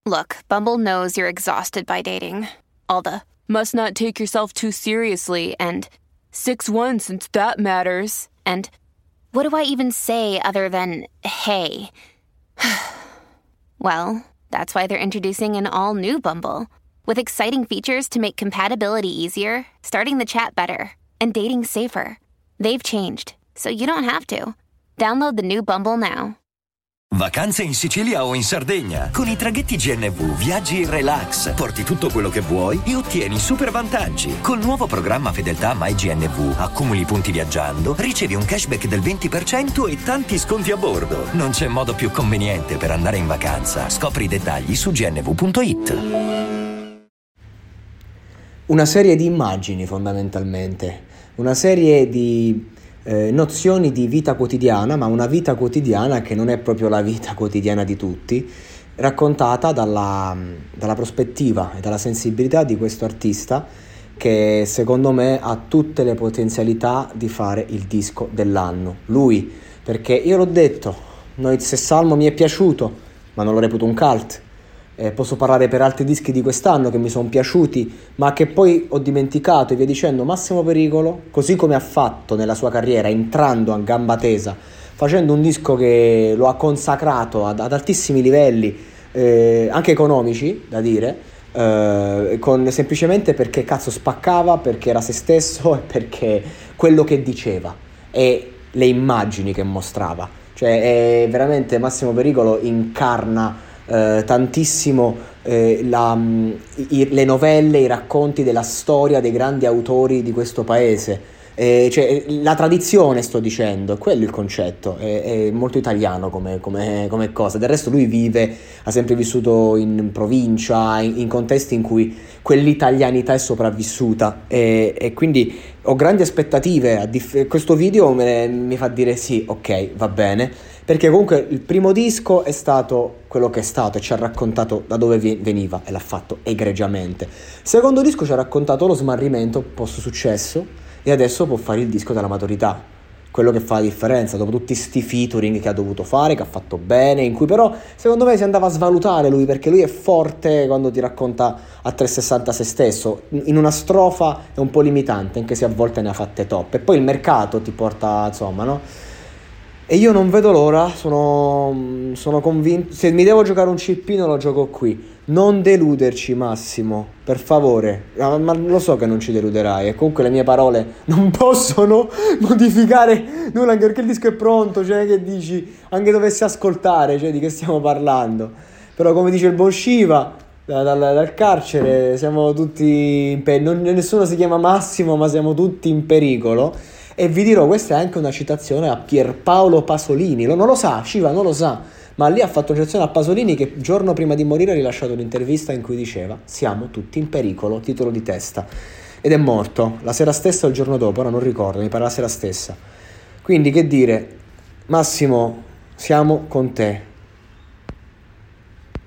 Look, Bumble knows you're exhausted by dating. All the must not take yourself too seriously and 6'1" since that matters. And what do I even say other than hey? Well, that's why they're introducing an all-new Bumble with exciting features to make compatibility easier, starting the chat better, and dating safer. They've changed, so you don't have to. Download the new Bumble now. Vacanze in Sicilia o in Sardegna. Con i traghetti GNV viaggi in relax, porti tutto quello che vuoi e ottieni super vantaggi. Col nuovo programma Fedeltà MyGNV accumuli punti viaggiando, ricevi un cashback del 20% e tanti sconti a bordo. Non c'è modo più conveniente per andare in vacanza. Scopri i dettagli su gnv.it. Una serie di immagini, fondamentalmente. Una serie di nozioni di vita quotidiana, ma una vita quotidiana che non è proprio la vita quotidiana di tutti, raccontata dalla prospettiva e dalla sensibilità di questo artista che secondo me ha tutte le potenzialità di fare il disco dell'anno. Lui, perché io l'ho detto, Noise e Salmo mi è piaciuto, ma non lo reputo un cult. Posso parlare per altri dischi di quest'anno che mi sono piaciuti ma che poi ho dimenticato e via dicendo. Massimo Pericolo, così come ha fatto nella sua carriera, entrando a gamba tesa, facendo un disco che lo ha consacrato ad altissimi livelli, anche economici da dire, semplicemente perché cazzo spaccava, perché era se stesso e perché quello che diceva e le immagini che mostrava. Cioè veramente Massimo Pericolo incarna tantissimo le novelle, i racconti della storia dei grandi autori di questo paese, cioè la tradizione, sto dicendo, quello è il concetto, è molto italiano come cosa. Del resto lui ha sempre vissuto in provincia, in contesti in cui quell'italianità è sopravvissuta e quindi ho grandi aspettative. Questo video mi fa dire sì, ok, va bene, perché comunque il primo disco è stato quello che è stato e ci ha raccontato da dove veniva e l'ha fatto egregiamente. Il secondo disco ci ha raccontato lo smarrimento post successo e adesso può fare il disco della maturità, quello che fa la differenza dopo tutti sti featuring che ha dovuto fare, che ha fatto bene, in cui però secondo me si andava a svalutare lui, perché lui è forte quando ti racconta a 360 se stesso, in una strofa è un po' limitante, anche se a volte ne ha fatte top, e poi il mercato ti porta, insomma, no? E io non vedo l'ora, sono convinto, se mi devo giocare un cippino lo gioco qui. Non deluderci, Massimo, per favore, ma lo so che non ci deluderai e comunque le mie parole non possono modificare nulla, anche perché il disco è pronto, cioè che dici, anche dovessi ascoltare, cioè di che stiamo parlando. Però come dice il buon Shiva, dal carcere siamo tutti nessuno si chiama Massimo, ma siamo tutti in pericolo. E vi dirò, questa è anche una citazione a Pierpaolo Pasolini, non lo sa, Shiva non lo sa, ma lì ha fatto una citazione a Pasolini che giorno prima di morire ha rilasciato un'intervista in cui diceva siamo tutti in pericolo, titolo di testa, ed è morto la sera stessa o il giorno dopo, ora non ricordo, mi pare la sera stessa. Quindi che dire, Massimo, siamo con te.